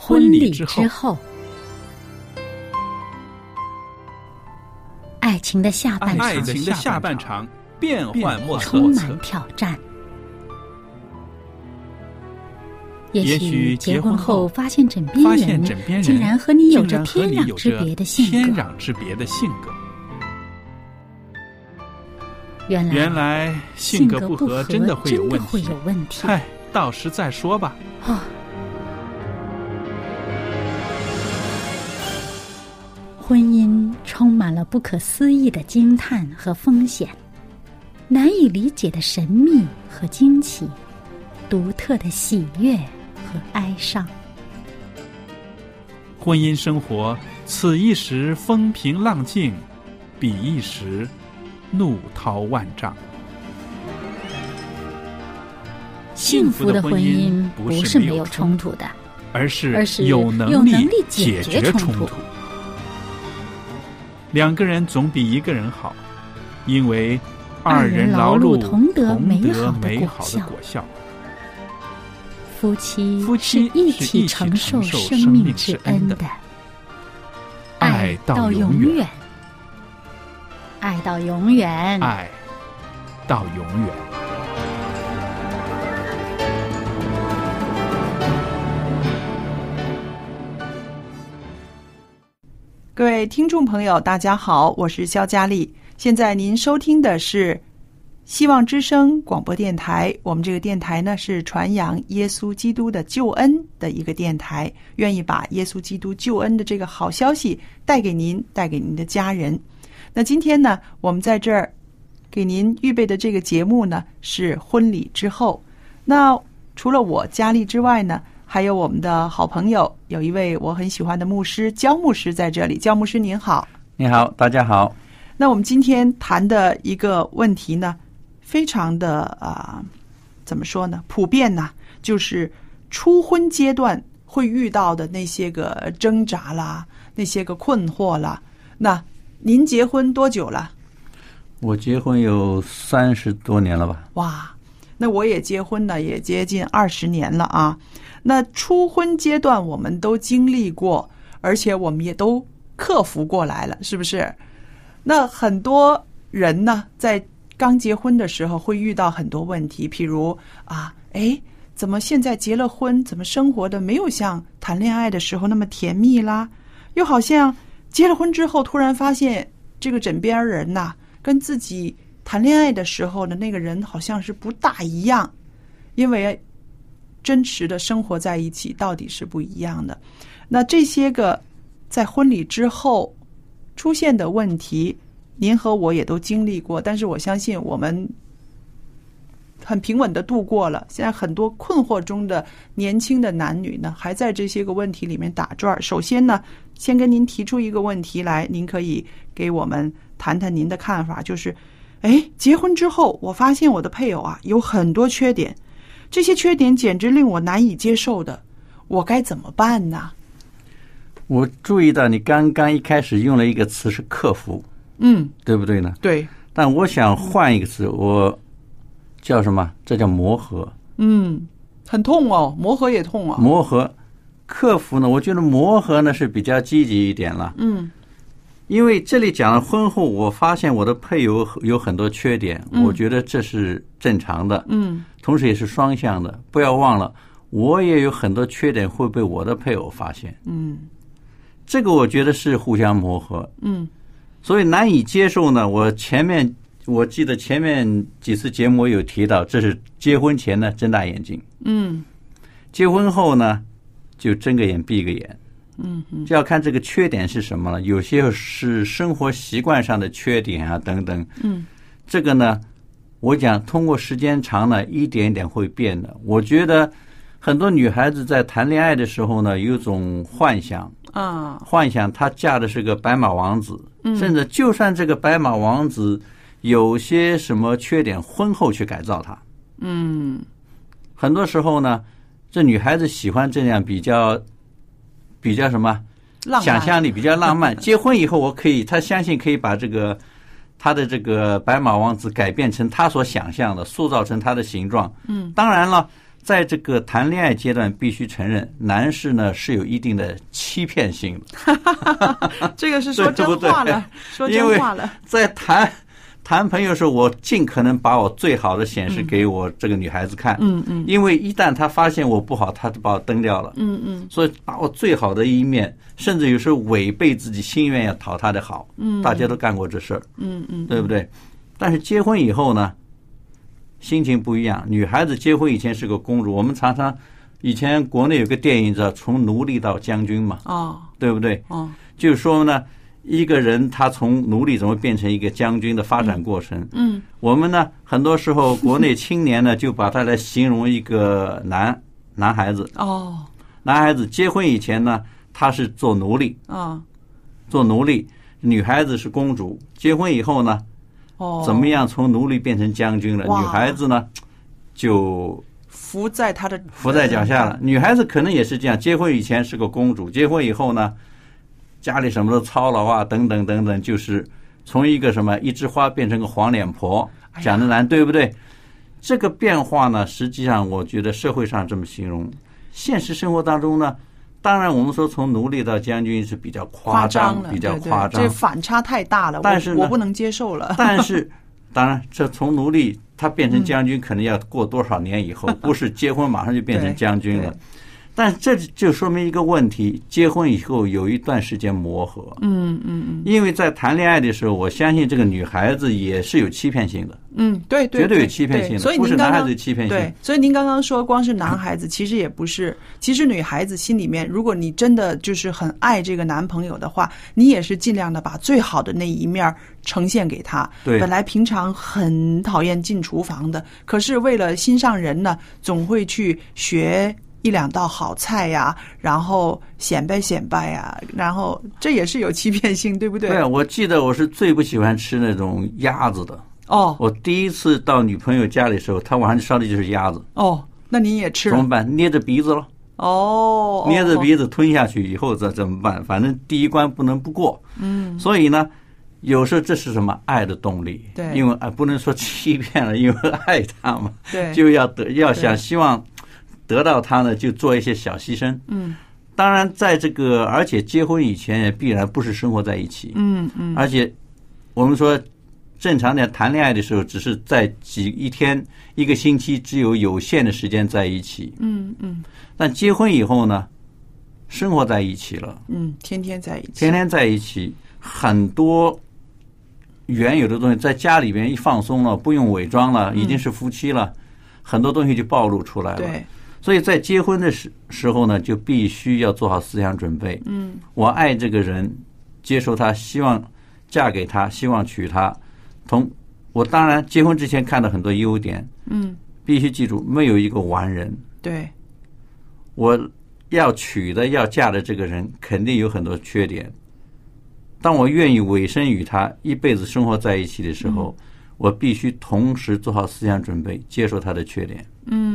婚礼之后，爱情的下半场变幻莫测，充满挑战。也许结婚后发现枕边人竟然和你有着天壤之别的性格。原来性格不合真的会有问题。嗨，到时再说吧。婚姻充满了不可思议的惊叹和风险，难以理解的神秘和惊奇，独特的喜悦和哀伤。婚姻生活，此一时风平浪静，彼一时怒涛万丈。幸福的婚姻不是没有冲突的，而是有能力解决冲突。两个人总比一个人好，因为二人劳碌同得美好的果效。夫妻是一起承受生命之恩的，爱到永远，爱到永远，爱到永远。 各位听众朋友大家好，我是肖佳丽。现在您收听的是希望之声广播电台，我们这个电台呢是传扬耶稣基督的救恩的一个电台，愿意把耶稣基督救恩的这个好消息带给您，带给您的家人。那今天呢，我们在这儿给您预备的这个节目呢是婚礼之后。那除了我佳丽之外呢，还有我们的好朋友，有一位我很喜欢的牧师焦牧师在这里。焦牧师您好。 你好，大家好。 那我们今天谈的一个问题呢，非常的怎么说呢，普遍呢，就是初婚阶段会遇到的那些个挣扎啦，那些个困惑啦。那您结婚多久了？ 我结婚有30多年了吧。 哇，那我也结婚呢，也接近20年了啊。那初婚阶段我们都经历过，而且我们也都克服过来了，是不是？那很多人呢，在刚结婚的时候会遇到很多问题，譬如怎么现在结了婚，怎么生活的没有像谈恋爱的时候那么甜蜜啦？又好像结了婚之后，突然发现这个枕边人呐，跟自己谈恋爱的时候的那个人好像是不大一样，因为真实的生活在一起到底是不一样的。那这些个在婚礼之后出现的问题，您和我也都经历过，但是我相信我们很平稳的度过了。现在很多困惑中的年轻的男女呢，还在这些个问题里面打转。首先呢，先跟您提出一个问题来，您可以给我们谈谈您的看法，就是结婚之后我发现我的配偶有很多缺点，这些缺点简直令我难以接受的，我该怎么办呢？ 我注意到你刚刚一开始用了一个词是克服，对不对呢？ 对。 但我想换一个词，我叫什么？这叫磨合。 很痛哦，磨合也痛啊。 磨合，克服呢？我觉得磨合呢是比较积极一点了。因为这里讲了婚后，我发现我的配偶有很多缺点，我觉得这是正常的。同时也是双向的。不要忘了，我也有很多缺点会被我的配偶发现。这个我觉得是互相磨合。所以难以接受呢，我记得前面几次节目我有提到，这是结婚前呢睁大眼睛，结婚后呢就睁个眼闭个眼，就要看这个缺点是什么了。有些是生活习惯上的缺点啊等等，这个呢，我讲通过时间长呢，一点一点会变的。我觉得很多女孩子在谈恋爱的时候呢，有种幻想她嫁的是个白马王子，甚至就算这个白马王子有些什么缺点，婚后去改造他。很多时候呢，这女孩子喜欢这样比较什么想象力比较浪漫。结婚以后她相信可以把她的这个白马王子改变成她所想象的，塑造成她的形状。当然了， 在这个谈恋爱阶段，必须承认，男士呢是有一定的欺骗性的。 这个是说真话了，说真话了。 在谈朋友的时候，我尽可能把我最好的显示给我这个女孩子看。因为一旦她发现我不好，她就把我蹬掉了。所以把我最好的一面，甚至有时候违背自己心愿要讨她的好。大家都干过这事儿。对不对？但是结婚以后呢？心情不一样，女孩子结婚以前是个公主，我们常常以前国内有个电影叫《从奴隶到将军》嘛，对不对？就是说呢，一个人他从奴隶怎么变成一个将军的发展过程。我们呢很多时候国内青年呢就把他来形容一个男孩子。男孩子结婚以前呢他是做奴隶，做奴隶，女孩子是公主，结婚以后呢。怎么样从奴隶变成将军了？女孩子呢，就伏在脚下了。女孩子可能也是这样，结婚以前是个公主，结婚以后呢，家里什么都操劳啊，等等等等，就是从一个什么一枝花变成个黄脸婆，讲得难，对不对？这个变化呢，实际上我觉得社会上这么形容，现实生活当中呢。当然，我们说从奴隶到将军是比较夸张，比较夸张， 这反差太大了， 但是我不能接受了。 但是，当然，这从奴隶他变成将军，可能要过多少年以后，不是结婚马上就变成将军了。但这就说明一个问题：结婚以后有一段时间磨合。因为在谈恋爱的时候，我相信这个女孩子也是有欺骗性的。 对， 绝对有欺骗性的， 所以不是男孩子有欺骗性。 对，所以您刚刚说光是男孩子，其实也不是。其实女孩子心里面，如果你真的就是很爱这个男朋友的话，你也是尽量的把最好的那一面呈现给他。 对， 本来平常很讨厌进厨房的，可是为了心上人呢，总会去学一两道好菜呀，然后显摆呀，然后这也是有欺骗性，对不对？ 对，我记得我是最不喜欢吃那种鸭子的。我第一次到女朋友家里的时候，她晚上烧的就是鸭子。 那您也吃了？ 怎么办？捏着鼻子了。捏着鼻子吞下去以后怎么办？反正第一关不能不过。所以呢，有时候这是什么爱的动力？ 对， 因为不能说欺骗了，因为爱他嘛。 对， 就要想希望得到他呢，就做一些小牺牲。当然，在这个而且结婚以前也必然不是生活在一起。而且我们说。正常的谈恋爱的时候，只是在一天、一个星期，只有限的时间在一起。但结婚以后呢，生活在一起了。 天天在一起。 天天在一起，很多原有的东西在家里边一放松了，不用伪装了，已经是夫妻了，很多东西就暴露出来了。 对。 所以在结婚的时候呢，就必须要做好思想准备。我爱这个人，接受他，希望嫁给他，希望娶他。我当然结婚之前看到很多优点，必须记住，没有一个完人。 对， 我要娶的、要嫁的这个人肯定有很多缺点。当我愿意委身与他一辈子生活在一起的时候，我必须同时做好思想准备，接受他的缺点。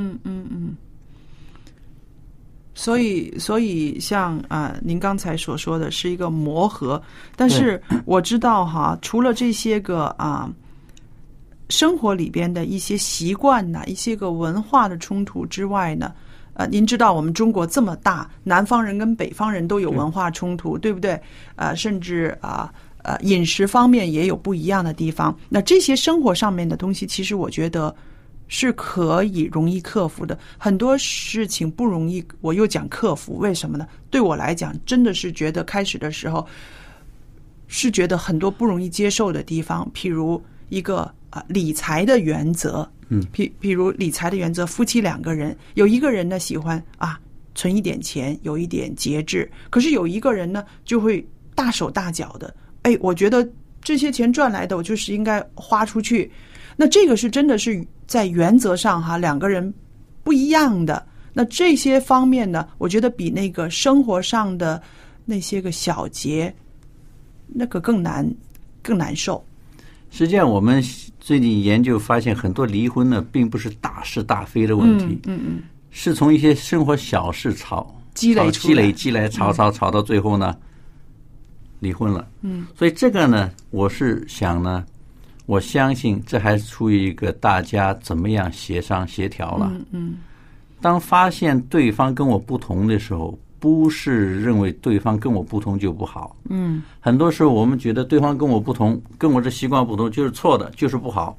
所以像您刚才所说的是一个磨合，但是我知道哈，除了这些个生活里边的一些习惯呐，一些个文化的冲突之外呢，您知道我们中国这么大，南方人跟北方人都有文化冲突，对不对？甚至饮食方面也有不一样的地方。那这些生活上面的东西，其实我觉得是可以容易克服的。很多事情不容易，我又讲克服，为什么呢？对我来讲，真的是觉得开始的时候是觉得很多不容易接受的地方，譬如一个理财的原则。譬如理财的原则，夫妻两个人，有一个人呢喜欢存一点钱，有一点节制，可是有一个人呢就会大手大脚的，我觉得这些钱赚来的我就是应该花出去。那这个是真的是在原则上两个人不一样的。那这些方面呢，我觉得比那个生活上的那些个小节那个更难受。 实际上我们最近研究发现，很多离婚呢并不是大是大非的问题，是从一些生活小事积累吵到最后呢离婚了。所以这个呢，我是想呢，我相信这还是出于一个大家怎么样协商协调了。 当发现对方跟我不同的时候，不是认为对方跟我不同就不好。很多时候我们觉得对方跟我不同，跟我这习惯不同就是错的，就是不好。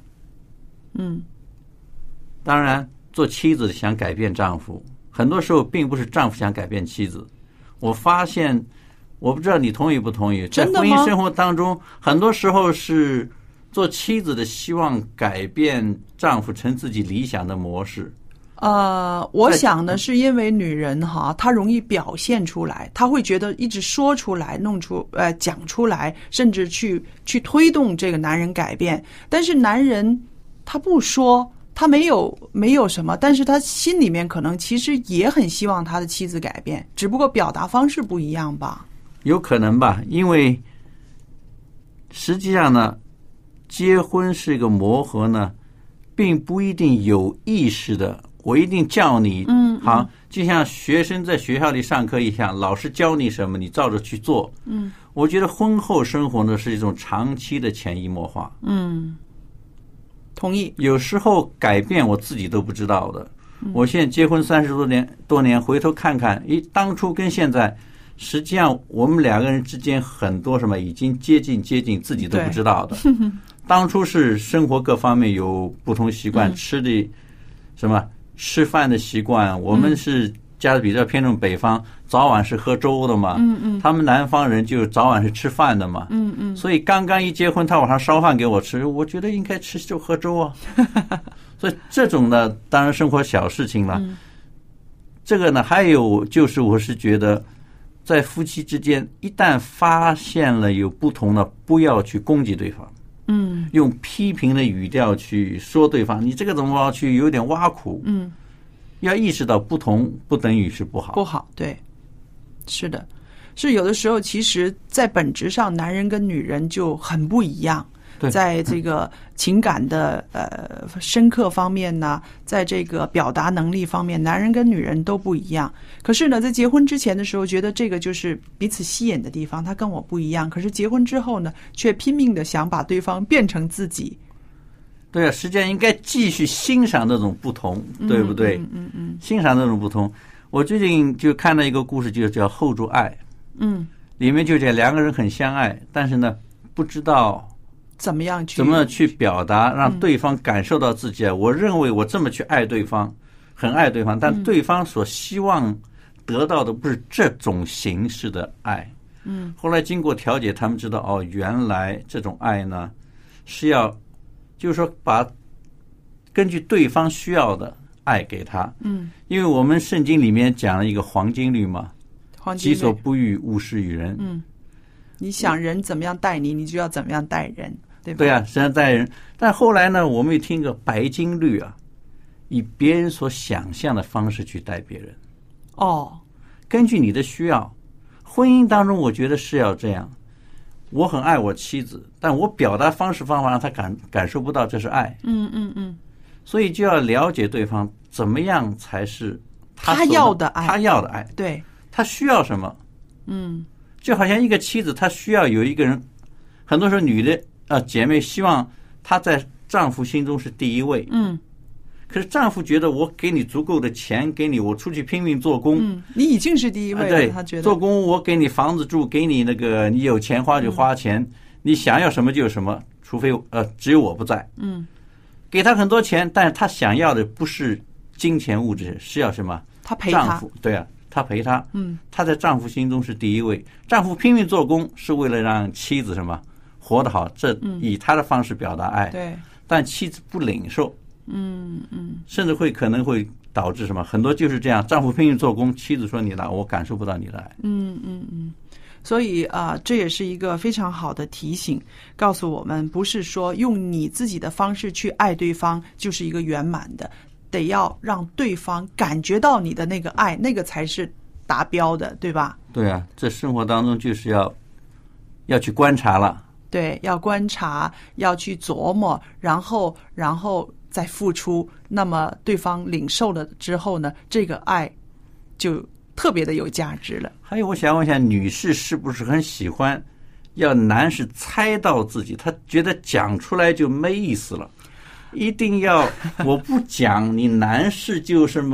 当然做妻子想改变丈夫，很多时候并不是丈夫想改变妻子。我发现，我不知道你同意不同意，在婚姻生活当中，很多时候是做妻子的希望改变丈夫成自己理想的模式。 我想呢，是因为女人哈，她容易表现出来，她会觉得一直说出来、讲出来，甚至去推动这个男人改变。但是男人他不说，他没有什么，但是他心里面可能其实也很希望他的妻子改变，只不过表达方式不一样吧。 有可能吧，因为实际上呢，结婚是一个磨合呢，并不一定有意识的。我一定叫你，好，就像学生在学校里上课一样，老师教你什么，你照着去做。我觉得婚后生活呢是一种长期的潜移默化。 同意。 有时候改变我自己都不知道的。我现在结婚30多年，回头看看，当初跟现在，实际上我们两个人之间很多什么已经接近自己都不知道的。当初是生活各方面有不同习惯，吃的什么。吃饭的习惯，我们是家的比较偏重北方，早晚是喝粥的嘛。他们南方人就早晚是吃饭的嘛。所以刚刚一结婚，他晚上烧饭给我吃，我觉得应该吃就喝粥啊。所以这种呢，当然生活小事情了。这个呢，还有就是我是觉得，在夫妻之间，一旦发现了有不同的，不要去攻击对方。用批评的语调去说对方，你这个怎么去有点挖苦。要意识到不同不等于是不好。 不好，对，是的，是有的时候，其实在本质上，男人跟女人就很不一样。在这个情感的深刻方面呢，在这个表达能力方面，男人跟女人都不一样。可是呢，在结婚之前的时候，觉得这个就是彼此吸引的地方，他跟我不一样。可是结婚之后呢，却拼命的想把对方变成自己。 对啊，实际上应该继续欣赏那种不同，对不对？欣赏那种不同。我最近就看到一个故事，就叫《后住爱》。里面就讲两个人很相爱，但是呢，不知道怎么去表达，让对方感受到自己。我认为我这么去爱对方，很爱对方，但对方所希望得到的不是这种形式的爱。后来经过调解，他们知道原来这种爱呢是要，就是说把根据对方需要的爱给他。因为我们圣经里面讲了一个黄金律嘛，己所不欲，勿施于人。 你想人怎么样待你，你就要怎么样待人。 对啊，实际上待人。但后来呢，我们也听个白金律啊，以别人所想象的方式去待别人。根据你的需要。婚姻当中，我觉得是要这样。我很爱我妻子，但我表达方式方法让他感受不到这是爱。所以就要了解对方怎么样才是他要的爱。 他要的爱， 对， 他需要什么？就好像一个妻子，她需要有一个人。很多时候，女的姐妹希望她在丈夫心中是第一位。可是丈夫觉得我给你足够的钱，给你我出去拼命做工， 你已经是第一位了。 对， 他觉得做工我给你房子住，给你那个你有钱花就花钱，你想要什么就有什么，除非只有我不在。给他很多钱，但是他想要的不是金钱物质，是要什么？ 他陪他。 丈夫，对啊，他陪他。他在丈夫心中是第一位。丈夫拼命做工是为了让妻子什么活得好，这以他的方式表达爱。 对， 但妻子不领受。甚至可能会导致什么？很多就是这样，丈夫拼命做工，妻子说你来，我感受不到你的爱。 所以这也是一个非常好的提醒，告诉我们，不是说用你自己的方式去爱对方就是一个圆满的，得要让对方感觉到你的那个爱，那个才是达标的，对吧？ 对啊，这生活当中就是要去观察了。 对，要观察，要去琢磨，然后再付出，那么对方领受了之后呢，这个爱就特别的有价值了。 还有，我想问一下，女士是不是很喜欢要男士猜到自己？她觉得讲出来就没意思了，一定要我不讲，你男士就什么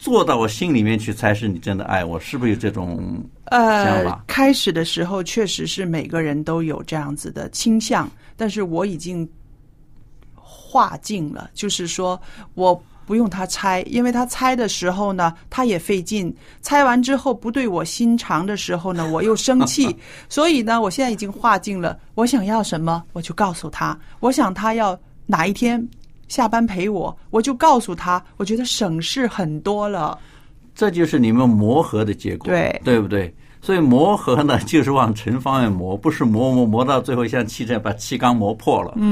做到我心里面去才是你真的爱我，是不是有这种想法？ 开始的时候确实是每个人都有这样子的倾向，但是我已经划境了，就是说我不用他猜，因为他猜的时候呢他也费劲，猜完之后不对我心肠的时候呢我又生气所以呢我现在已经划境了，我想要什么我就告诉他，我想他要哪一天下班陪我，我就告诉他，我觉得省事很多了。 这就是你们磨合的结果，对不对？所以磨合呢，就是往成方面磨，不是磨到最后像汽车把气缸磨破了。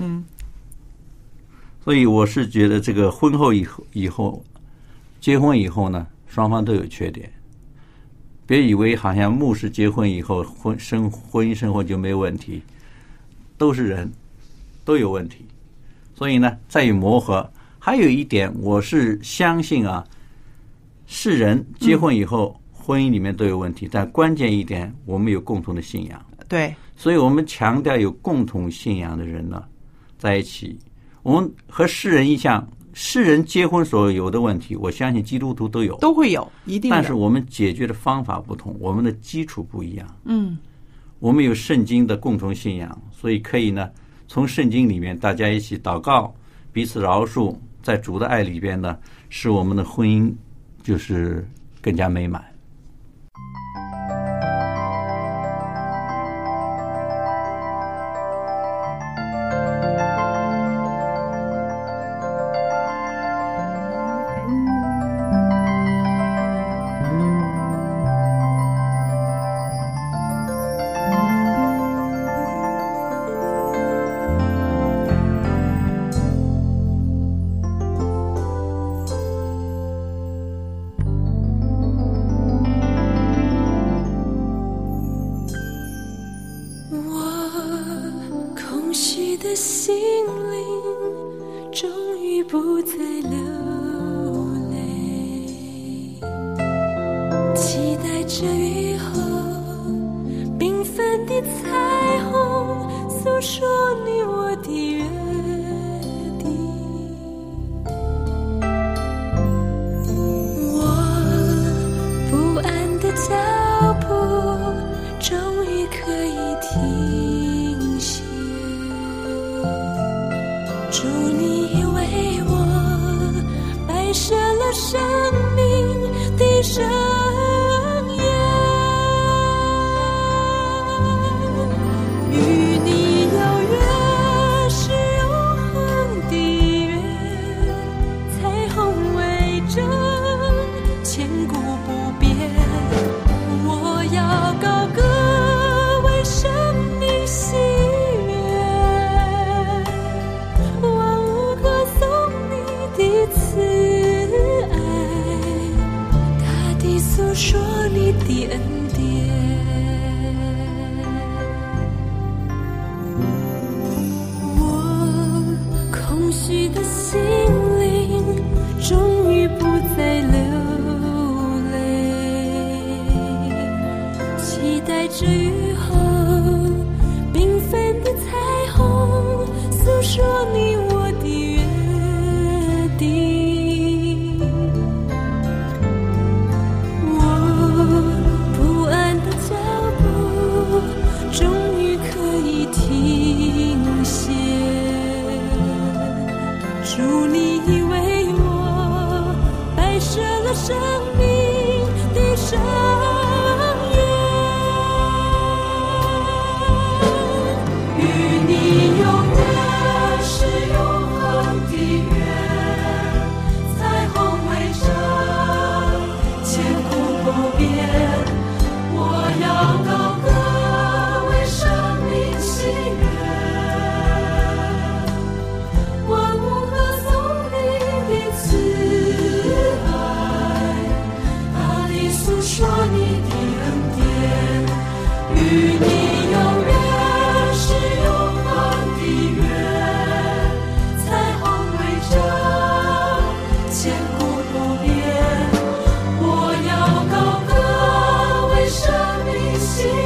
所以我是觉得这个婚后以后结婚以后呢，双方都有缺点。别以为好像牧师结婚以后婚姻生活就没有问题，都是人，都有问题。所以呢，在于磨合。还有一点，我是相信啊，是人结婚以后，婚姻里面都有问题，但关键一点，我们有共同的信仰。 对， 所以我们强调有共同信仰的人呢，在一起。我们和世人一样，世人结婚所有的问题，我相信基督徒都有， 都会有，一定的。 但是我们解决的方法不同，我们的基础不一样。我们有圣经的共同信仰，所以可以呢，从圣经里面大家一起祷告，彼此饶恕，在主的爱里边呢，使我们的婚姻就是更加美满。 心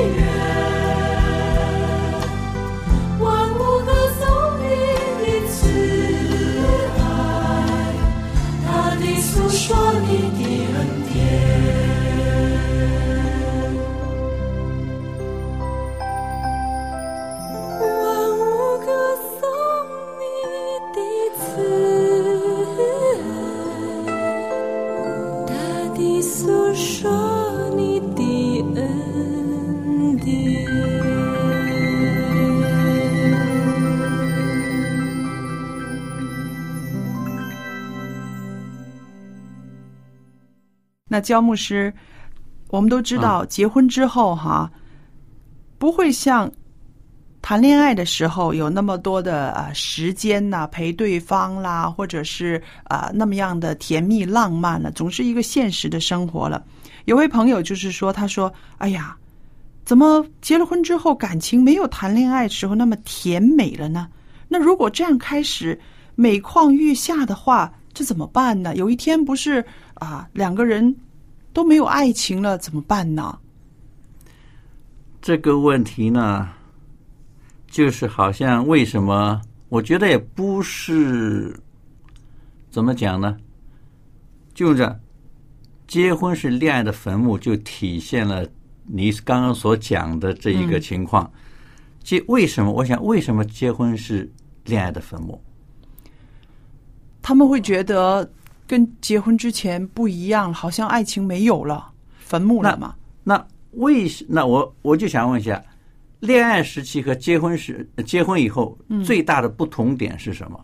那焦牧师，我们都知道结婚之后不会像谈恋爱的时候有那么多的时间陪对方啦，或者是那么样的甜蜜浪漫了，总是一个现实的生活了。有位朋友就是说，他说哎呀，怎么结了婚之后感情没有谈恋爱的时候那么甜美了呢？那如果这样开始每况愈下的话，这怎么办呢？有一天不是两个人都没有爱情了，怎么办呢？ 这个问题呢，就是好像为什么，我觉得也不是怎么讲呢，就是结婚是恋爱的坟墓，就体现了你刚刚所讲的这一个情况。为什么？我想为什么结婚是恋爱的坟墓？ 他们会觉得跟结婚之前不一样，好像爱情没有了，坟墓了嘛？那我就想问一下，恋爱时期和结婚以后最大的不同点是什么？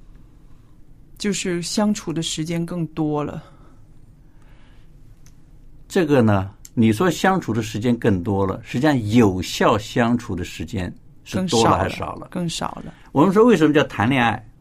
就是相处的时间更多了。 这个呢，你说相处的时间更多了，实际上有效相处的时间是多了还是少了？ 更少了。 我们说为什么叫谈恋爱？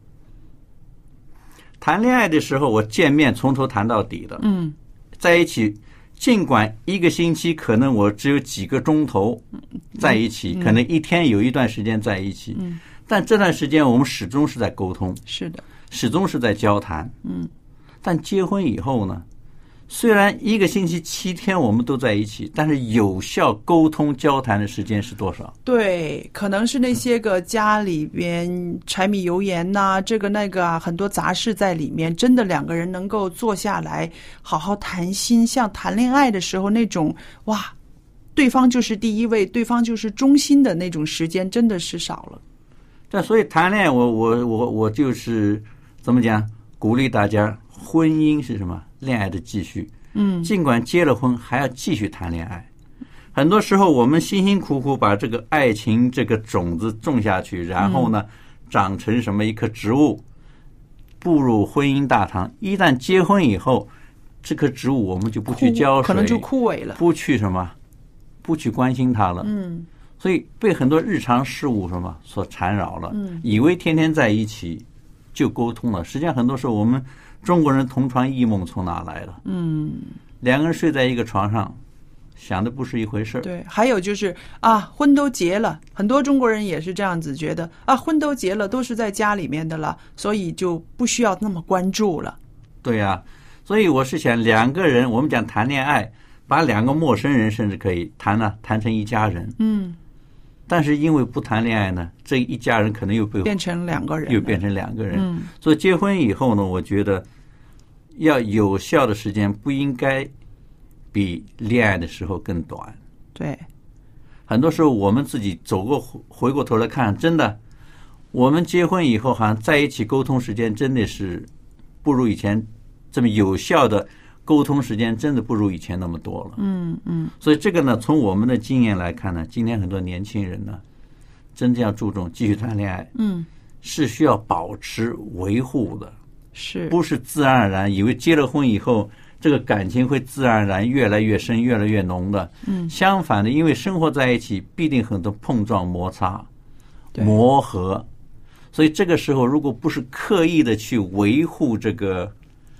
谈恋爱的时候，我见面从头谈到底的，在一起，尽管一个星期可能我只有几个钟头在一起，可能一天有一段时间在一起，但这段时间我们始终是在沟通， 是的， 始终是在交谈，但结婚以后呢，虽然一个星期7天我们都在一起，但是有效沟通交谈的时间是多少？ 对，可能是那些个家里边柴米油盐这个那个很多杂事在里面，真的两个人能够坐下来好好谈心，像谈恋爱的时候那种哇，对方就是第一位，对方就是中心的那种时间，真的是少了。 但所以谈恋爱，我就是怎么讲，鼓励大家，婚姻是什么？恋爱的继续。尽管结了婚，还要继续谈恋爱。很多时候，我们辛辛苦苦把这个爱情这个种子种下去，然后呢，长成什么一棵植物，步入婚姻大堂。一旦结婚以后，这棵植物我们就不去浇水， 可能就枯萎了， 不去什么，不去关心它了。所以被很多日常事物什么所缠绕了，以为天天在一起就沟通了。实际上，很多时候我们中国人同床异梦从哪来的？两个人睡在一个床上，想的不是一回事。 对，还有就是婚都结了，很多中国人也是这样子觉得婚都结了，都是在家里面的了，所以就不需要那么关注了。 对呀，所以我是想两个人，我们讲谈恋爱，把两个陌生人甚至可以谈成一家人。但是因为不谈恋爱呢，这一家人可能又变成两个人， 又变成两个人。所以结婚以后呢，我觉得要有效的时间不应该比恋爱的时候更短。 对， 很多时候我们自己回过头来看，真的，我们结婚以后好像在一起沟通时间真的是不如以前这么有效的沟通时间，真的不如以前那么多了。所以这个呢，从我们的经验来看呢，今天很多年轻人呢，真正要注重继续谈恋爱，是需要保持维护的，不是自然而然以为结了婚以后这个感情会自然而然越来越深越来越浓的。相反的，因为生活在一起必定很多碰撞摩擦磨合，所以这个时候如果不是刻意的去维护这个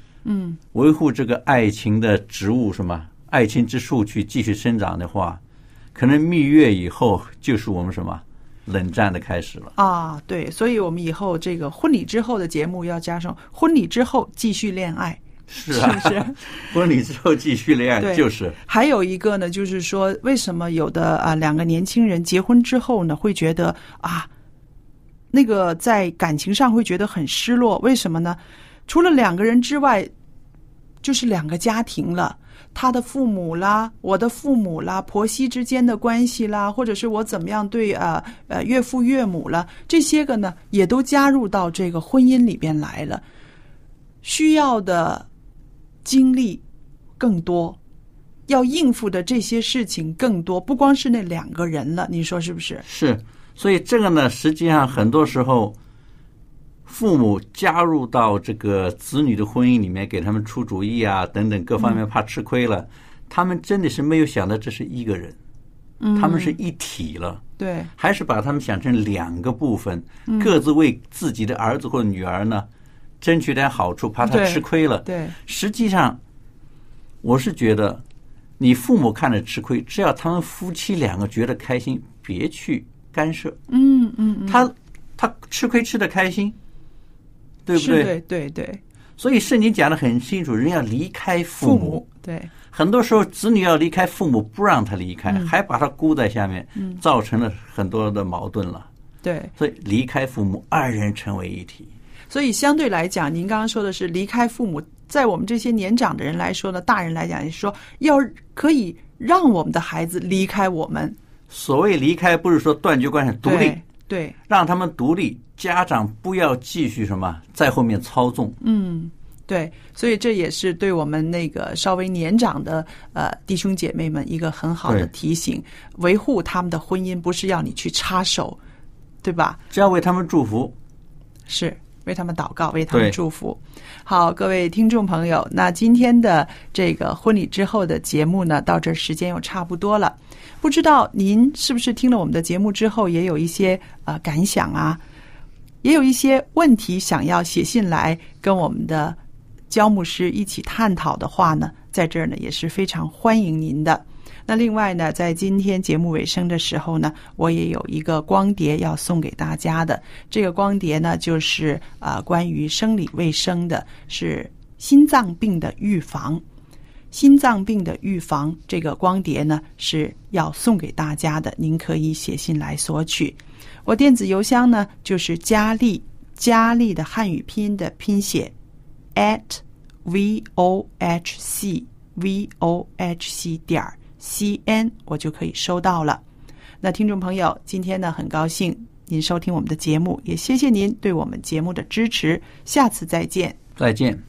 爱情的植物，什么爱情之树去继续生长的话，可能蜜月以后就是我们什么冷战的开始了。 对，所以我们以后这个婚礼之后的节目要加上婚礼之后继续恋爱。 是不是？婚礼之后继续恋爱，就是。 还有一个呢，就是说为什么有的两个年轻人结婚之后呢，会觉得那个在感情上会觉得很失落？为什么呢？除了两个人之外，就是两个家庭了，他的父母啦，我的父母啦，婆媳之间的关系啦，或者是我怎么样对岳父岳母了，这些个呢也都加入到这个婚姻里边来了，需要的精力更多，要应付的这些事情更多，不光是那两个人了，你说是不是？ 是，所以这个呢，实际上很多时候父母加入到这个子女的婚姻里面，给他们出主意啊，等等各方面，怕吃亏了，他们真的是没有想到这是一个人，他们是一体了。 对， 还是把他们想成两个部分，各自为自己的儿子或女儿呢争取点好处，怕他吃亏了。 对，实际上我是觉得，你父母看着吃亏，只要他们夫妻两个觉得开心，别去干涉。他吃亏吃得开心，对不对？ 对。 所以圣经讲得很清楚，人要离开父母。 对。 很多时候子女要离开父母，不让他离开，还把他箍在下面，造成了很多的矛盾了。 对， 所以离开父母，二人成为一体。 所以相对来讲，您刚刚说的是离开父母，在我们这些年长的人来说呢，大人来讲也是说要可以让我们的孩子离开我们。 所谓离开，不是说断绝关系，独立， 对， 让他们独立，家长不要继续什么在后面操纵。 对，所以这也是对我们那个稍微年长的弟兄姐妹们一个很好的提醒，维护他们的婚姻不是要你去插手，对吧？ 只要为他们祝福， 是为他们祷告，为他们祝福。好，各位听众朋友，那今天的这个婚礼之后的节目呢，到这时间又差不多了。不知道您是不是听了我们的节目之后，也有一些感想啊，也有一些问题想要写信来跟我们的焦牧师一起探讨的话呢，在这儿呢也是非常欢迎您的。那另外呢，在今天节目尾声的时候呢，我也有一个光碟要送给大家的。这个光碟呢，就是关于生理卫生的，是心脏病的预防。心脏病的预防这个光碟呢是要送给大家的，您可以写信来索取。我电子邮箱呢就是佳丽的汉语拼音的拼写@vohc.cn， 我就可以收到了。那听众朋友，今天呢很高兴您收听我们的节目，也谢谢您对我们节目的支持，下次再见。 再见。